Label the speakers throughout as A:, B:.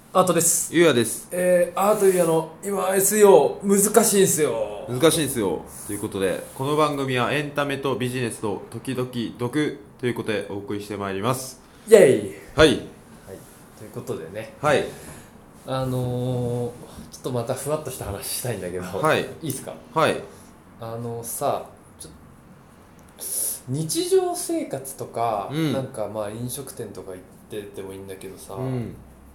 A: アートです。
B: ゆうやです。
A: アートゆうやの今 SEO 難しいんすよ。
B: 難しいんですよ。ということで、この番組はエンタメとビジネスと時々毒ということでお送りしてまいります。
A: イェイ。
B: はい。
A: はい。ということでね、
B: はい。
A: ちょっとまたふわっとした話したいんだけど、
B: はい。
A: いいっすか？
B: はい。
A: さ、日常生活とか、
B: うん。
A: なんかまあ飲食店とか行っててもいいんだけどさ、
B: うん。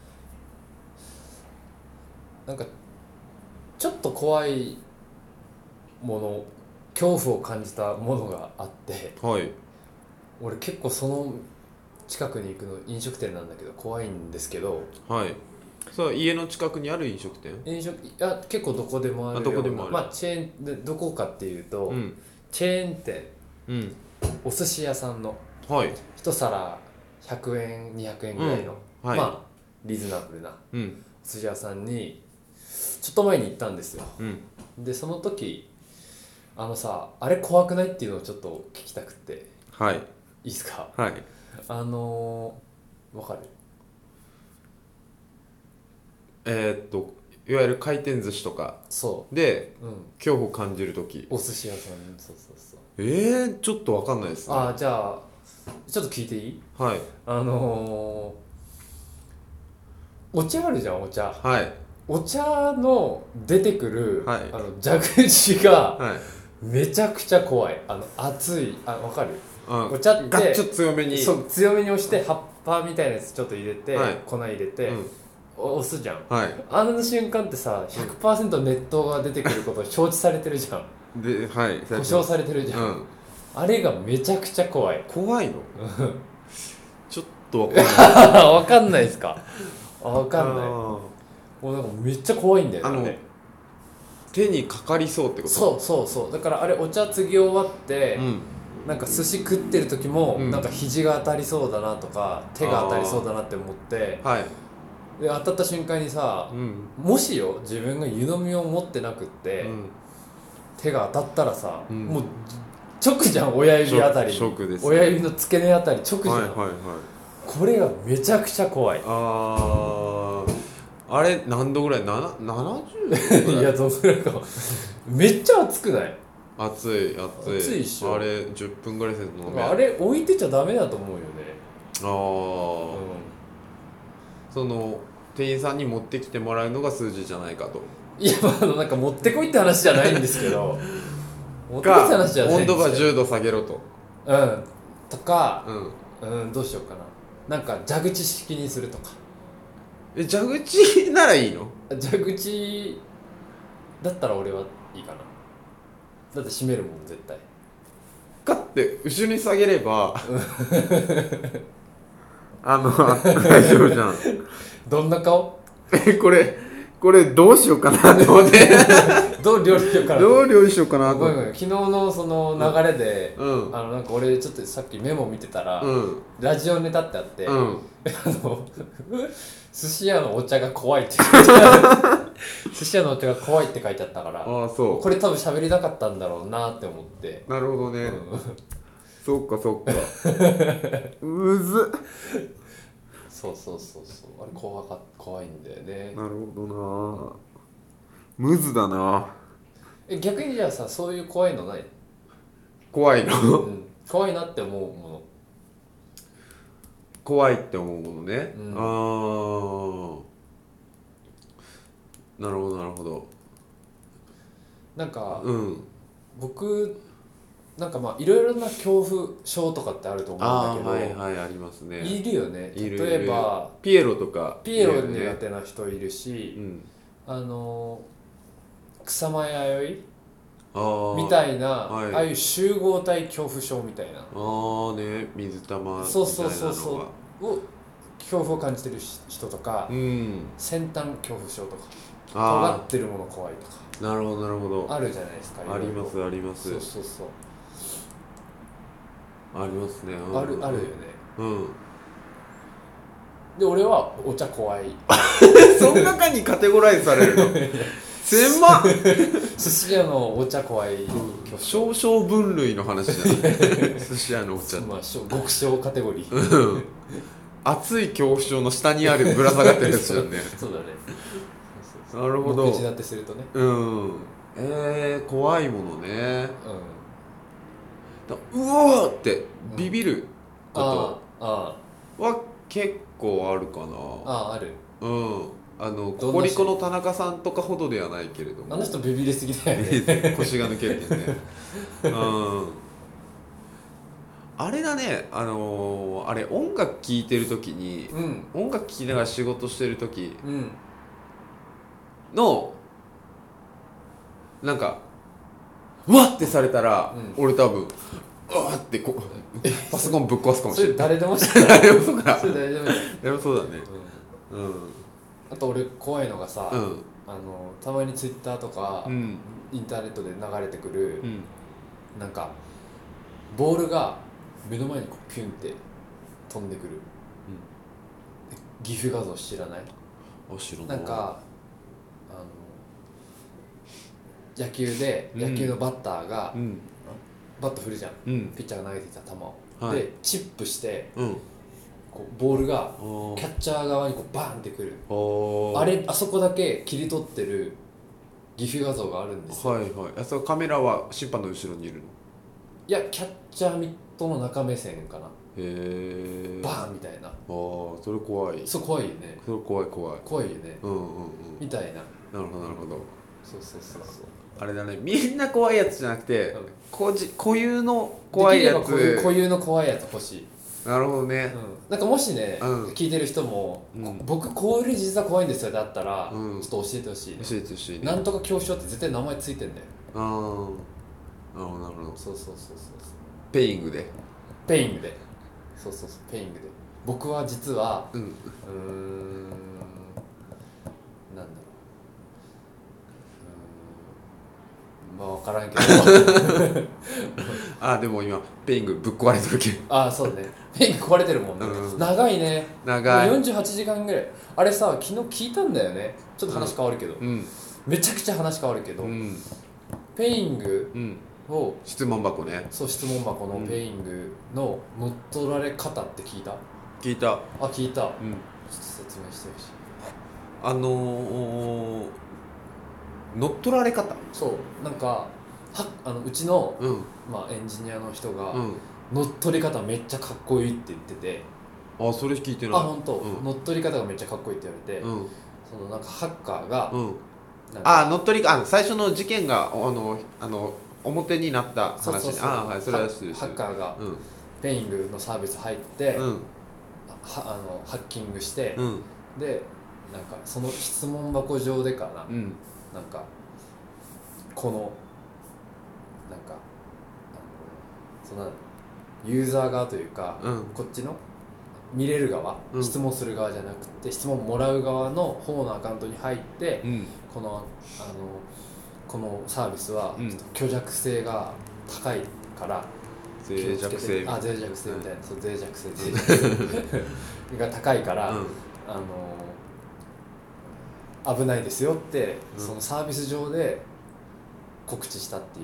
A: なんかちょっと怖いもの、恐怖を感じたものがあって、
B: はい。
A: 俺結構その近くに行くの飲食店なんだけど怖いんですけど、
B: はい。そう、家の近くにある飲食店？
A: 結構どこでもある
B: ど
A: ような、
B: こでもある。
A: まあチェーンでどこかっていうと、
B: うん。
A: チェーン店、
B: うん。
A: お寿司屋さんの
B: はい。
A: 一皿100円200円ぐらいの、
B: うん。はい。
A: まあリーズナブルな
B: うん。
A: お寿司屋さんにちょっと前に行ったんですよ。
B: うん。
A: でその時あれ怖くないっていうのをちょっと聞きたくって。
B: はい。
A: いいっすか？
B: はい。
A: わかる？
B: いわゆる回転寿司とか
A: そ
B: で
A: う、うん、
B: 恐怖を感じるとき。
A: お寿司屋さん、そうそうそう。
B: ちょっとわかんないですね。
A: じゃあちょっと聞いていい？
B: はい。
A: お茶あるじゃん、お茶。
B: はい。
A: お茶の出てくる、
B: はい。
A: 蛇口が
B: はい。
A: めちゃくちゃ怖い。熱い、わかる？お茶って
B: ガッチョ強めに。
A: そう強めに押して葉っぱみたいなやつちょっと入れて、
B: はい、
A: 粉入れて、
B: うん、
A: 押すじゃん。
B: はい、
A: あの瞬間ってさ 100% 熱湯が出てくること承知されてるじゃん。
B: で、はい、
A: 保証されてるじゃん、うん、あれがめちゃくちゃ怖い。
B: 怖いの？ちょっとわかんない
A: わかんないですか？わかんない。もうなんかめっちゃ怖いんだよね。
B: 手にかかりそうってこと？
A: そうそうそう。だからあれお茶継ぎ終わって、
B: うん、
A: なんか寿司食ってる時も、
B: うん、
A: なんか肘が当たりそうだなとか手が当たりそうだなって思って、
B: はい、
A: で当たった瞬間にさ、
B: うん、
A: もしよ自分が湯飲みを持ってなくって、うん、手が当たったらさ、うん、もう直じゃん、親指あたりに。
B: ショックですね。
A: 親指の付け根あたり直じゃん、
B: はいはいはい。
A: これがめちゃくちゃ怖い。
B: あれ何度ぐらい？70度？
A: いやどのぐらいかめっちゃ熱くない？
B: 熱い熱い。
A: 熱いっしょ。
B: あれ10分ぐらいせず飲め。
A: あれ置いてちゃダメだと思うよね。
B: その店員さんに持ってきてもらうのが数字じゃないかと。
A: いやなんか持ってこいって話じゃないんですけど持ってこいって話じゃないんですよ。
B: 温度が10度下げろと。
A: うんとか、
B: うん、
A: どうしようかな。なんか蛇口式にするとか。
B: 蛇口ならいいの？
A: 蛇口だったら俺はいいかな。だって閉めるもん絶対。
B: かって後ろに下げれば大丈夫じゃん。
A: どんな顔？
B: これどうしようかなと思って
A: どう料理しようかなと。
B: どう料理しようかなと思って。
A: 昨日のその流れで、
B: うん、
A: なんか俺ちょっとさっきメモ見てたら、
B: うん、
A: ラジオネタってあって、
B: うん、
A: 寿司屋のお茶が怖いって書いてある寿司屋のお茶が怖いって書いてあったから、
B: そう。
A: これ多分喋りたかったんだろうなって思って。
B: なるほどね、そっかそっかむずっ。
A: そうあれ怖いんだよね。
B: なるほどな、むずだな。
A: 逆にじゃあさ、そういう怖いのない？
B: 怖いの、
A: 怖いなって思うもの。
B: 怖いって思うものね、なるほどなるほど。
A: なんか、僕なんかまあいろいろな恐怖症とかってあると思うんだけど、
B: はいありますね。
A: いるよね。例えば
B: ピエロとか。
A: ピエロ苦手な人いるし、草間彌生みたいな、ああいう集合体恐怖症みたいな、
B: 水玉みたいなのが
A: そう恐怖を感じてる人とか、先端恐怖症とか、尖ってるもの怖いとか。
B: なるほどなるほど。
A: あるじゃないですか。
B: ありますあります。
A: そう
B: ありますね。
A: あるよね。で俺はお茶怖い
B: その中にカテゴライズされるの狭っ
A: 寿司屋のお茶怖い、
B: 少々分類の話じゃない寿司屋のお茶、
A: 極小カテゴリー
B: 熱い恐怖症の下にあるぶら下がってるやつじゃんね
A: そうだね。
B: なるほど。
A: 目口立てするとね。
B: 怖いものね。
A: うん。
B: うわーってビビること
A: あ
B: は結構あるかな。
A: あ、ある。
B: ココリコの田中さんとかほどではないけれども、
A: あの人ビビりすぎだよね
B: 腰が抜けるけどねあれだね、あれ音楽聴いてる時に、音楽聴きながら仕事してる時の、なんかうわってされたら、俺多分うわってパソコンぶっ壊すかもしれない。
A: それ誰でも知ってる。
B: 誰でもそうか。
A: それ誰でも知ってる。
B: 誰もそうだね。
A: あと俺怖いのがさ、たまにツイッターとか、インターネットで流れてくる、なんかボールが目の前にピュンって飛んでくる、岐阜画像知らない？
B: 知らない。
A: なんか野球のバッターが、バット振るじゃん、ピッチャーが投げてきた球を、でチップして、こうボールがキャッチャー側にこうバーンってくる、あそこだけ切り取ってる岐阜画像があるんですよ。
B: そのカメラは審判の後ろにいるの？
A: いや、キャッチャーミットの中目線かな。
B: へえ。
A: バーンみたいな。
B: それ怖い。
A: そう、怖いよね。
B: それ怖い
A: 怖いよね。みたいな。
B: なるほどなるほど。
A: そう
B: あれだね、みんな怖いやつじゃなくて、固有の怖いやつ。
A: できれば固有の怖いやつ欲しい。
B: なるほどね。
A: なんかもしね、聞いてる人も、僕こういう実は怖いんですよだったら、ちょっと教えてほしいね。
B: 教えてほしいね。
A: なんとか恐怖症って絶対名前ついてんだよ。
B: なるほど。
A: そう。
B: ペイングで。
A: そう、ペイングで。僕は実は、なんだろう。まあ分からんけど
B: でも今ペイングぶっ壊れてるけど。
A: そうね、ペイング壊れてるもんね、長いね。
B: 長い。
A: 48時間ぐらい。あれさ、昨日聞いたんだよね。ちょっと話変わるけど、めちゃくちゃ話変わるけど、ペイングを
B: 質問箱ね。
A: そう、質問箱のペイングの乗っ取られ方って聞いた？
B: 聞いた。
A: 聞いた。ちょっと説明してほしい。
B: 乗っ取られ方。
A: そうなんかうちの、エンジニアの人が、乗っ取り方めっちゃかっこいいって言ってて。
B: それ聞いてない。
A: 本当、乗っ取り方がめっちゃかっこいいって言われて、そのなんかハッカーが、
B: 乗っ取り最初の事件が表になった話。それは知ってる。
A: ハッカーがペイングのサービス入って、ハッキングして、でなんかその質問箱上でかな、なんかこのなんかそのユーザー側というか、こっちの見れる側、質問する側じゃなくて質問もらう側の方のアカウントに入って、このサービスはちょっと虚弱性が高いから
B: 脆弱性みたいな。
A: 脆弱性みたいな、そう、脆弱性が高いから、危ないですよって、そのサービス上で告知したっていう、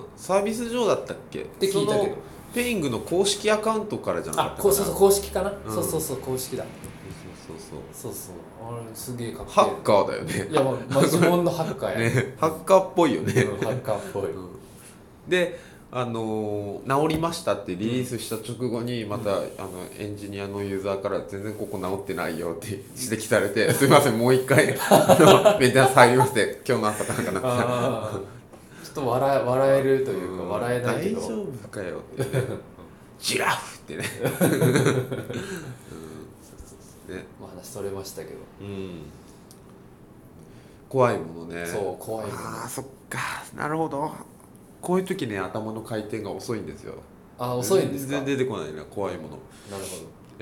B: サービス上だったっけ
A: って聞いたけど、
B: ペイングの公式アカウントからじゃなかったかな。
A: そう公式かな、そう公式だ。そうあれすげえかっこいい。
B: ハッカーだよね。
A: いや、マジモンのハッカーや
B: ね。ハッカーっぽいよね。
A: ハッカーっぽい。
B: で治りましたってリリースした直後にまた、エンジニアのユーザーから全然ここ治ってないよって指摘されてすいませんもう一回メンテナンス入りまして今日の朝からかなって
A: ちょっと笑えるというか、笑えないけど
B: 大丈夫かよって、ね、ジラフってね
A: 話それましたけど、
B: 怖いものね。
A: そう、怖いもの。
B: そっか、なるほど。こういう時ね、頭の回転が遅いんですよ。
A: 遅いんですか？
B: 全然出てこないな、怖いもの。
A: なるほ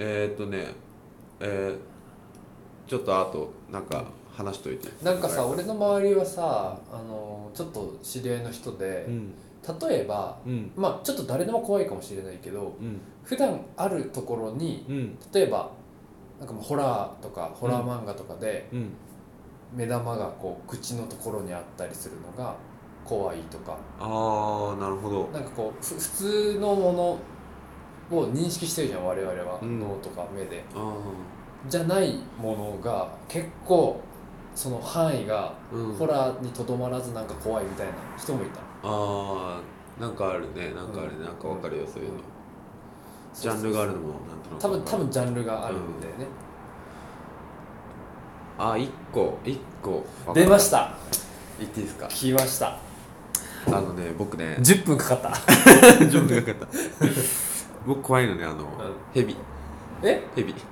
B: ど。ちょっとあとなんか話しといて。
A: なんかさ、俺の周りはさ、ちょっと知り合いの人で、例えば、ちょっと誰でも怖いかもしれないけど、普段あるところに、例えばなんかホラーとかホラー漫画とかで、目玉がこう口のところにあったりするのが怖いとか。
B: なるほど。
A: なんかこう普通のものを認識してるじゃん我々は、脳とか目でじゃないものが結構その範囲がホラーにとどまらずなんか怖いみたいな人もいた。
B: なんかあるねなんかわかるよそういうの、ジャンルがあるのもなんとなく
A: 多分ジャンルがあるんだよね、
B: 1個
A: 出ました。
B: 言っていいですか。
A: 来ました。
B: 僕ね
A: 10分かかった
B: 10分かかった僕怖いのねヘビヘビ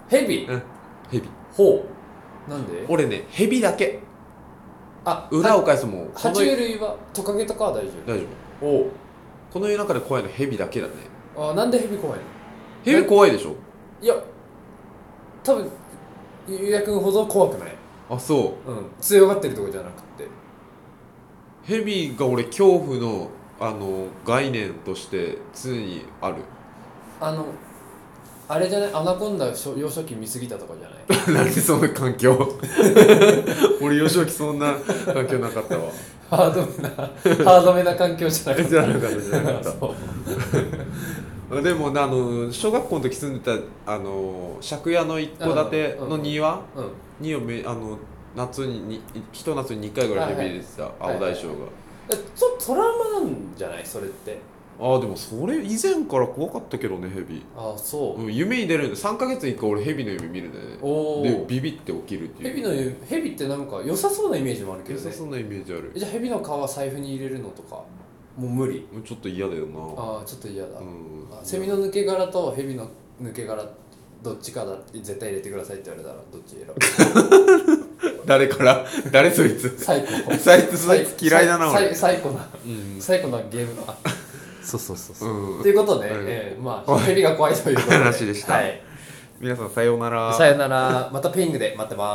A: ほうなんで。
B: 俺ねヘビだけ裏を返すも
A: 爬虫類はトカゲとかは大丈夫。お
B: この世の中で怖いのヘビだけだね。
A: なんでヘビ怖いの。
B: ヘビ怖いでしょ。い
A: や多分ゆうやくんほど怖くない。
B: そう、
A: 強がってるとこじゃなくて
B: ヘビが俺恐怖の概念として常にある。
A: あれじゃない、アナコンダ幼少期見すぎたとかじゃない
B: なんでそんな環境俺幼少期そんな環境なかったわ
A: ハードめな環境じゃなかった
B: じゃなかったでも小学校の時住んでた借家の一戸建ての庭に夏にひと夏に2回ぐらいヘビ出てた青大将が。
A: ちょっとトラウマなんじゃないそれって。
B: でもそれ以前から怖かったけどねヘビ。
A: そう、
B: 夢に出るんで3ヶ月に1回俺ヘビの夢見るんだよね。でビビって起きるっていう。
A: ヘビってなんか良さそうなイメージもあるけどね。
B: 良さそうなイメージある。
A: じゃあヘビの皮財布に入れるのとかもう無理。
B: ちょっと嫌だよな。
A: ちょっと嫌だ、セミの抜け殻とヘビの抜け殻どっちかだって絶対入れてくださいって言われたらどっち選ぶ
B: 誰そいつ
A: サイコ
B: そいつ嫌いだな俺。
A: サイコなゲームのそうということで、ヘビが怖いということで
B: 話でした。皆さんさようなら。
A: またペイングで待ってます。